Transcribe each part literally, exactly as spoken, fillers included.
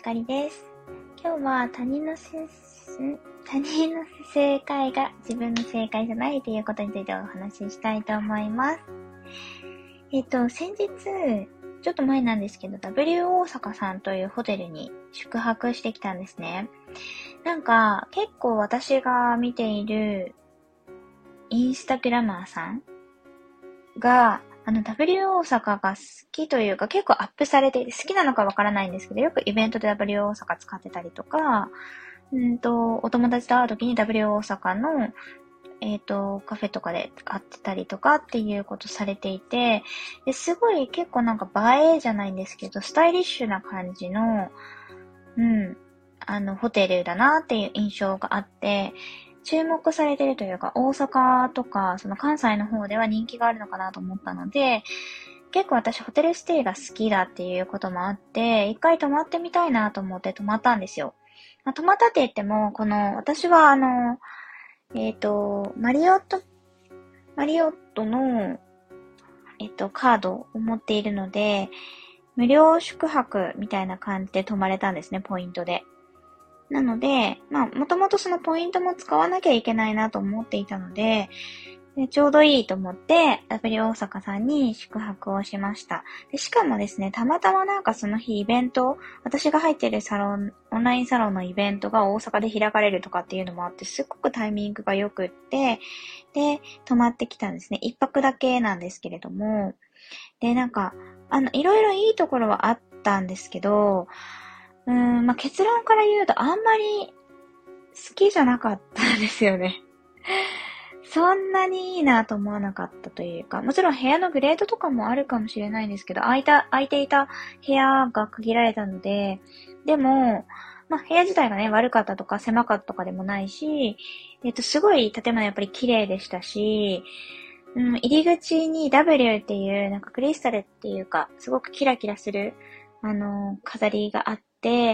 かりです。今日は他人のせ、他人の正解が自分の正解じゃないということについてお話ししたいと思います。えっと、先日、ちょっと前なんですけど、ダブリュー 大阪さんというホテルに宿泊してきたんですね。なんか、結構私が見ているインスタグラマーさんが、あの ダブリュー 大阪が好きというか結構アップされていて、好きなのかわからないんですけど、よくイベントで ダブリュー 大阪使ってたりとか、うんと、お友達と会うときに ダブリュー 大阪の、えっと、カフェとかで会ってたりとかっていうことされていて、ですごい結構なんか映えじゃないんですけど、スタイリッシュな感じの、うん、あの、ホテルだなっていう印象があって、注目されてるというか、大阪とか、その関西の方では人気があるのかなと思ったので、結構私ホテルステイが好きだっていうこともあって、一回泊まってみたいなと思って泊まったんですよ。まあ、泊まったって言っても、この、私はあの、えっと、マリオット、マリオットの、えっと、カードを持っているので、無料宿泊みたいな感じで泊まれたんですね、ポイントで。なので、まあ、もともとそのポイントも使わなきゃいけないなと思っていたので、でちょうどいいと思って、ダブリュー 大阪さんに宿泊をしました。で、しかもですね、たまたまなんかその日イベント、私が入ってるサロン、オンラインサロンのイベントが大阪で開かれるとかっていうのもあって、すっごくタイミングが良くって、で、泊まってきたんですね。一泊だけなんですけれども、で、なんか、あの、いろいろいいところはあったんですけど、うーん、まあ、結論から言うとあんまり好きじゃなかったんですよね。そんなにいいなと思わなかったというか、もちろん部屋のグレードとかもあるかもしれないんですけど、空いた、空いていた部屋が区切られたので、でも、まあ、部屋自体がね、悪かったとか狭かったとかでもないし、えっと、すごい建物やっぱり綺麗でしたし、うん、入り口に ダブリュー っていう、なんかクリスタルっていうか、すごくキラキラする、あの、飾りがあって、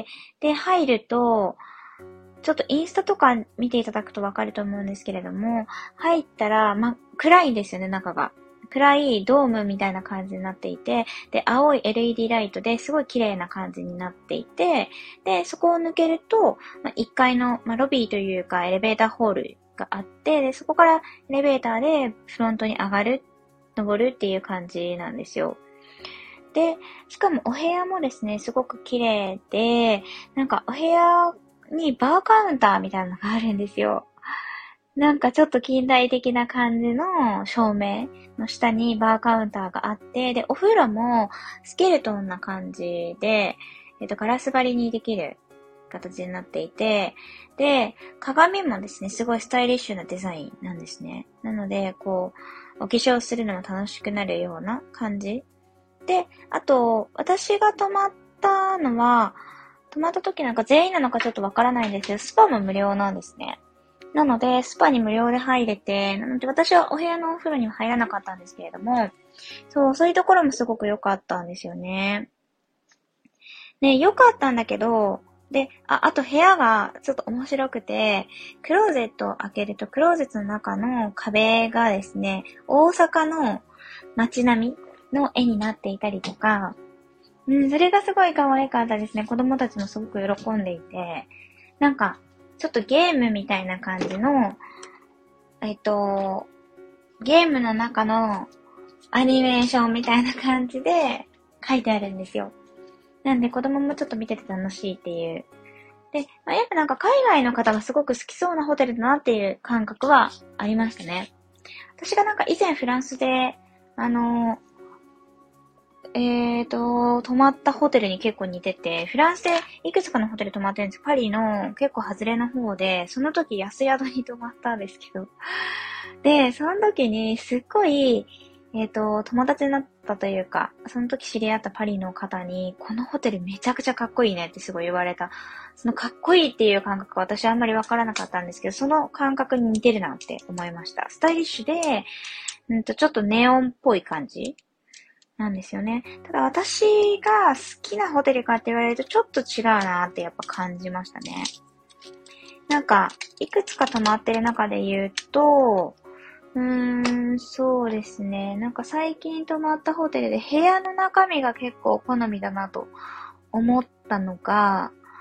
で、入ると、ちょっとインスタとか見ていただくとわかると思うんですけれども、入ったら、ま、暗いんですよね、中が。暗いドームみたいな感じになっていて、で、青い エルイーディー ライトですごい綺麗な感じになっていて、で、そこを抜けると、ま、いっかいの、ま、ロビーというかエレベーターホールがあって、で、そこからエレベーターでフロントに上がる、登るっていう感じなんですよ。で、しかもお部屋もですね、すごく綺麗で、なんかお部屋にバーカウンターみたいなのがあるんですよ。なんかちょっと近代的な感じの照明の下にバーカウンターがあって、で、お風呂もスケルトンな感じで、えっと、ガラス張りにできる形になっていて、で、鏡もですね、すごいスタイリッシュなデザインなんですね。なので、こう、お化粧するのも楽しくなるような感じ。で、あと、私が泊まったのは、泊まった時なんか全員なのかちょっとわからないんですけど、スパも無料なんですね。なので、スパに無料で入れて、なので私はお部屋のお風呂には入らなかったんですけれども、そう、そういうところもすごく良かったんですよね。で、良かったんだけど、で、あ、あと部屋がちょっと面白くて、クローゼットを開けると、クローゼットの中の壁がですね、大阪の街並みの絵になっていたりとか、うん、それがすごい可愛かったですね。子供たちもすごく喜んでいて、なんか、ちょっとゲームみたいな感じの、えっと、ゲームの中のアニメーションみたいな感じで書いてあるんですよ。なんで子供もちょっと見てて楽しいっていう。で、まあ、やっぱなんか海外の方がすごく好きそうなホテルだなっていう感覚はありましたね。私がなんか以前フランスで、あの、えーと、泊まったホテルに結構似てて、フランスでいくつかのホテル泊まってるんです。パリの結構外れの方で、その時安宿に泊まったんですけど。で、その時にすっごい、えーと、友達になったというか、その時知り合ったパリの方に、このホテルめちゃくちゃかっこいいねってすごい言われた。そのかっこいいっていう感覚は私はあんまりわからなかったんですけど、その感覚に似てるなって思いました。スタイリッシュで、うんと、ちょっとネオンっぽい感じなんですよね。ただ私が好きなホテルかって言われるとちょっと違うなってやっぱ感じましたね。なんか、いくつか泊まってる中で言うと、うーん、そうですね。なんか最近泊まったホテルで部屋の中身が結構好みだなと思ったのが、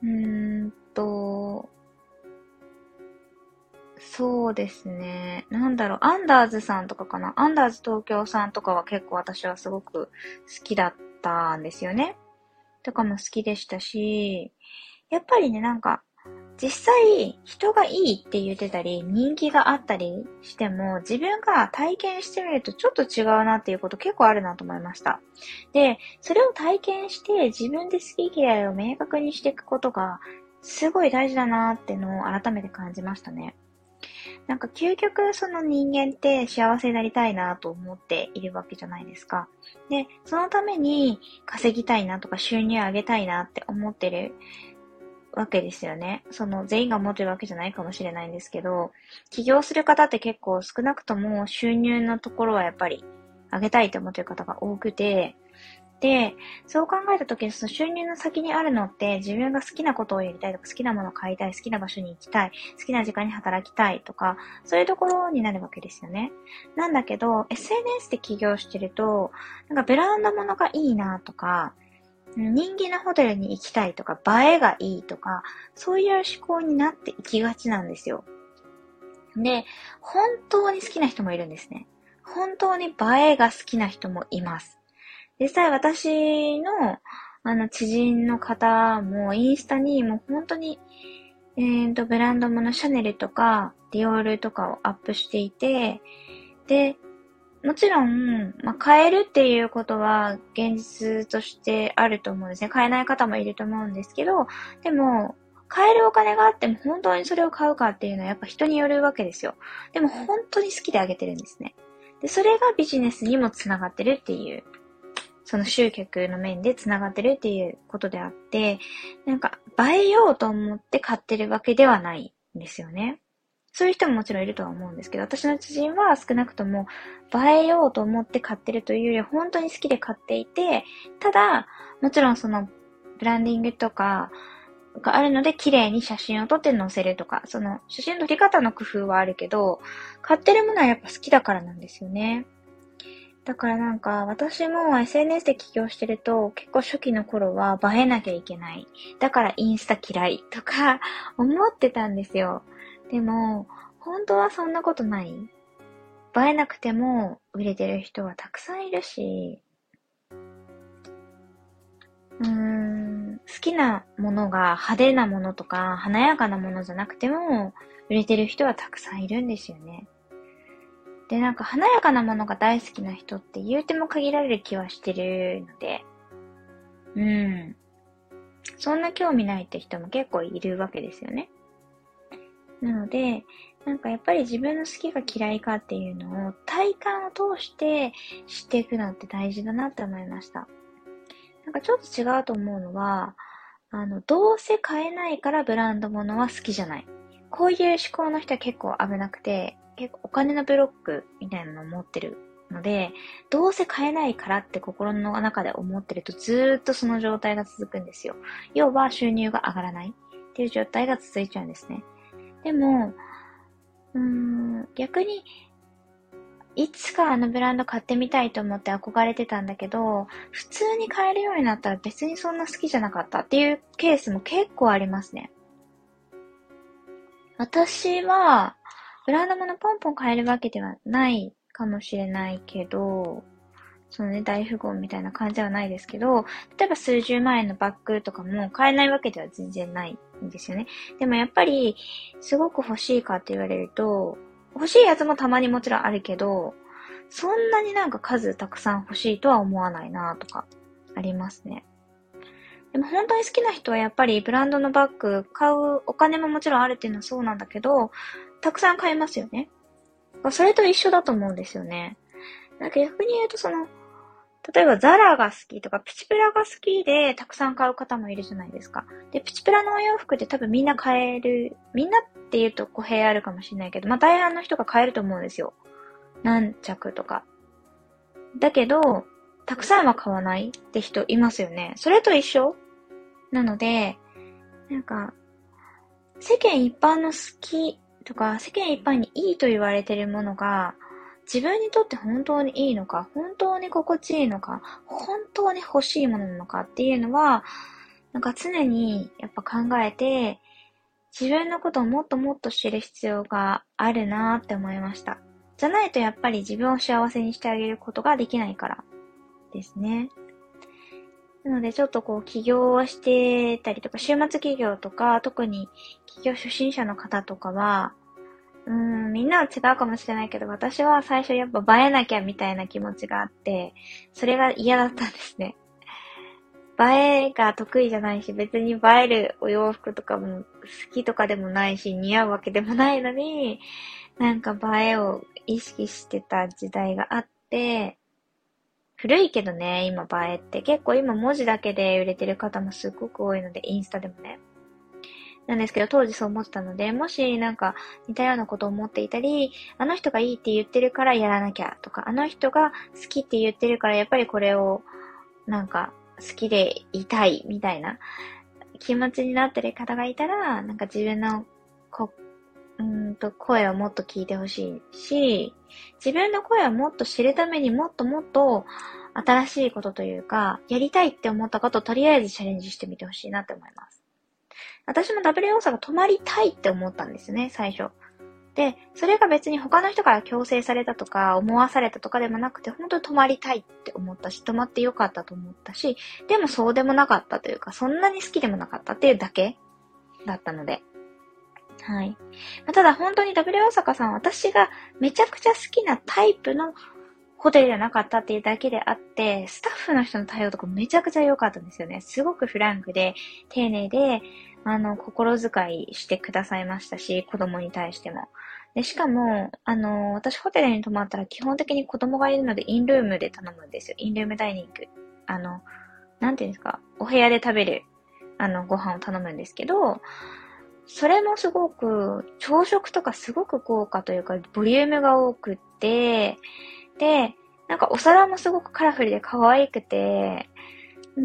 うーんと、そうですね。なんだろう、アンダーズさんとかかな。アンダーズ東京さんとかは結構私はすごく好きだったんですよね。とかも好きでしたし、やっぱりね、なんか、実際人がいいって言ってたり、人気があったりしても、自分が体験してみるとちょっと違うなっていうこと結構あるなと思いました。で、それを体験して自分で好き嫌いを明確にしていくことがすごい大事だなってのを改めて感じましたね。なんか究極その人間って幸せになりたいなと思っているわけじゃないですか。で、そのために稼ぎたいなとか収入を上げたいなって思ってるわけですよね。その全員が思ってるわけじゃないかもしれないんですけど、起業する方って結構少なくとも収入のところはやっぱり上げたいと思ってる方が多くて、で、そう考えたときにその収入の先にあるのって自分が好きなことをやりたいとか好きなものを買いたい、好きな場所に行きたい、好きな時間に働きたいとか、そういうところになるわけですよね。なんだけど、エスエヌエス で起業してると、なんかブランド物がいいなとか、人気のホテルに行きたいとか、映えがいいとか、そういう思考になっていきがちなんですよ。で、本当に好きな人もいるんですね。本当に映えが好きな人もいます。実際私の、あの、知人の方もインスタにもう本当に、えーと、ブランド物シャネルとか、ディオールとかをアップしていて、で、もちろん、まあ、買えるっていうことは現実としてあると思うんですね。買えない方もいると思うんですけど、でも、買えるお金があっても本当にそれを買うかっていうのはやっぱ人によるわけですよ。でも本当に好きであげてるんですね。で、それがビジネスにもつながってるっていう、その集客の面でつながってるっていうことであって、なんか映えようと思って買ってるわけではないんですよね。そういう人ももちろんいるとは思うんですけど、私の知人は少なくとも映えようと思って買ってるというよりは本当に好きで買っていて、ただ、もちろんそのブランディングとかがあるので綺麗に写真を撮って載せるとか、その写真の撮り方の工夫はあるけど、買ってるものはやっぱ好きだからなんですよね。だからなんか私も エスエヌエス で起業してると結構初期の頃は映えなきゃいけない。だからインスタ嫌いとか思ってたんですよ。でも本当はそんなことない。映えなくても売れてる人はたくさんいるし、うーん、好きなものが派手なものとか華やかなものじゃなくても売れてる人はたくさんいるんですよね。で、なんか華やかなものが大好きな人って言うても限られる気はしてるので、うん。そんな興味ないって人も結構いるわけですよね。なので、なんかやっぱり自分の好きか嫌いかっていうのを体感を通して知っていくのって大事だなって思いました。なんかちょっと違うと思うのは、あの、どうせ買えないからブランド物は好きじゃない。こういう思考の人は結構危なくて、結構お金のブロックみたいなのを持ってるので、どうせ買えないからって心の中で思ってるとずーっとその状態が続くんですよ。要は収入が上がらないっていう状態が続いちゃうんですね。でも、うーん、逆にいつかあのブランド買ってみたいと思って憧れてたんだけど、普通に買えるようになったら別にそんな好きじゃなかったっていうケースも結構ありますね。私は、ブランド物ポンポン買えるわけではないかもしれないけど、そのね、大富豪みたいな感じではないですけど、例えば数十万円のバッグとかも買えないわけでは全然ないんですよね。でもやっぱり、すごく欲しいかって言われると、欲しいやつもたまにもちろんあるけど、そんなになんか数たくさん欲しいとは思わないなとか、ありますね。でも本当に好きな人はやっぱりブランドのバッグ買うお金ももちろんあるっていうのはそうなんだけど、たくさん買えますよね。それと一緒だと思うんですよね。なんか逆に言うとその、例えばザラが好きとかプチプラが好きでたくさん買う方もいるじゃないですか。で、プチプラのお洋服って多分みんな買える、みんなって言うと語弊あるかもしれないけど、まあ大半の人が買えると思うんですよ。何着とか。だけど、たくさんは買わないって人いますよね。それと一緒なので、なんか、世間一般の好きとか、世間一般にいいと言われているものが、自分にとって本当にいいのか、本当に心地いいのか、本当に欲しいものなのかっていうのは、 なんか常にやっぱ考えて、自分のことをもっともっと知る必要があるなーって思いました。じゃないとやっぱり自分を幸せにしてあげることができないからですね。なのでちょっとこう起業をしてたりとか、週末企業とか、特に起業初心者の方とかは、うーん、みんなは違うかもしれないけど、私は最初やっぱ映えなきゃみたいな気持ちがあって、それが嫌だったんですね。映えが得意じゃないし、別に映えるお洋服とかも好きとかでもないし、似合うわけでもないのに、なんか映えを意識してた時代があって、古いけどね、今映えって結構今文字だけで売れてる方もすっごく多いので、インスタでもね。なんですけど、当時そう思ってたので、もしなんか似たようなことを思っていたり、あの人がいいって言ってるからやらなきゃとか、あの人が好きって言ってるからやっぱりこれをなんか好きでいたいみたいな気持ちになってる方がいたら、なんか自分のこうーんと声をもっと聞いてほしいし、自分の声をもっと知るためにもっともっと新しいことというか、やりたいって思ったことをとりあえずチャレンジしてみてほしいなって思います。私もダブル エー 大阪泊まりたいって思ったんですね、最初。で、それが別に他の人から強制されたとか、思わされたとかでもなくて、本当に泊まりたいって思ったし、泊まってよかったと思ったし、でもそうでもなかったというか、そんなに好きでもなかったっていうだけだったので。はい。ただ本当にダブル エー 大阪さんは私がめちゃくちゃ好きなタイプのホテルじゃなかったっていうだけであって、スタッフの人の対応とかめちゃくちゃ良かったんですよね。すごくフランクで、丁寧で、あの、心遣いしてくださいましたし、子供に対しても。で、しかも、あの、私ホテルに泊まったら基本的に子供がいるのでインルームで頼むんですよ。インルームダイニング。あの、なんていうんですか、お部屋で食べる、あの、ご飯を頼むんですけど、それもすごく、朝食とかすごく豪華というか、ボリュームが多くって、で、なんかお皿もすごくカラフルで可愛くて、うん、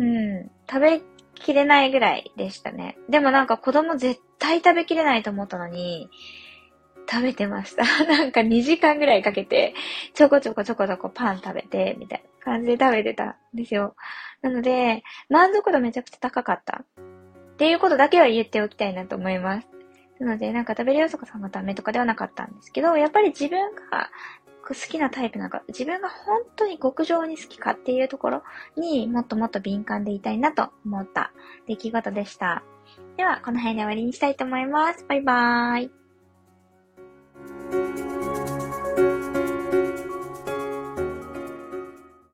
食べきれないぐらいでしたね。でもなんか子供絶対食べきれないと思ったのに、食べてました。なんかにじかんぐらいかけて、ちょこちょこちょこちょこパン食べて、みたいな感じで食べてたんですよ。なので、満足度めちゃくちゃ高かった。っていうことだけは言っておきたいなと思います。なので、なんか食べるよそこさんがダメとかではなかったんですけど、やっぱり自分が好きなタイプなんか、自分が本当に極上に好きかっていうところにもっともっと敏感でいたいなと思った出来事でした。では、この辺で終わりにしたいと思います。バイバーイ。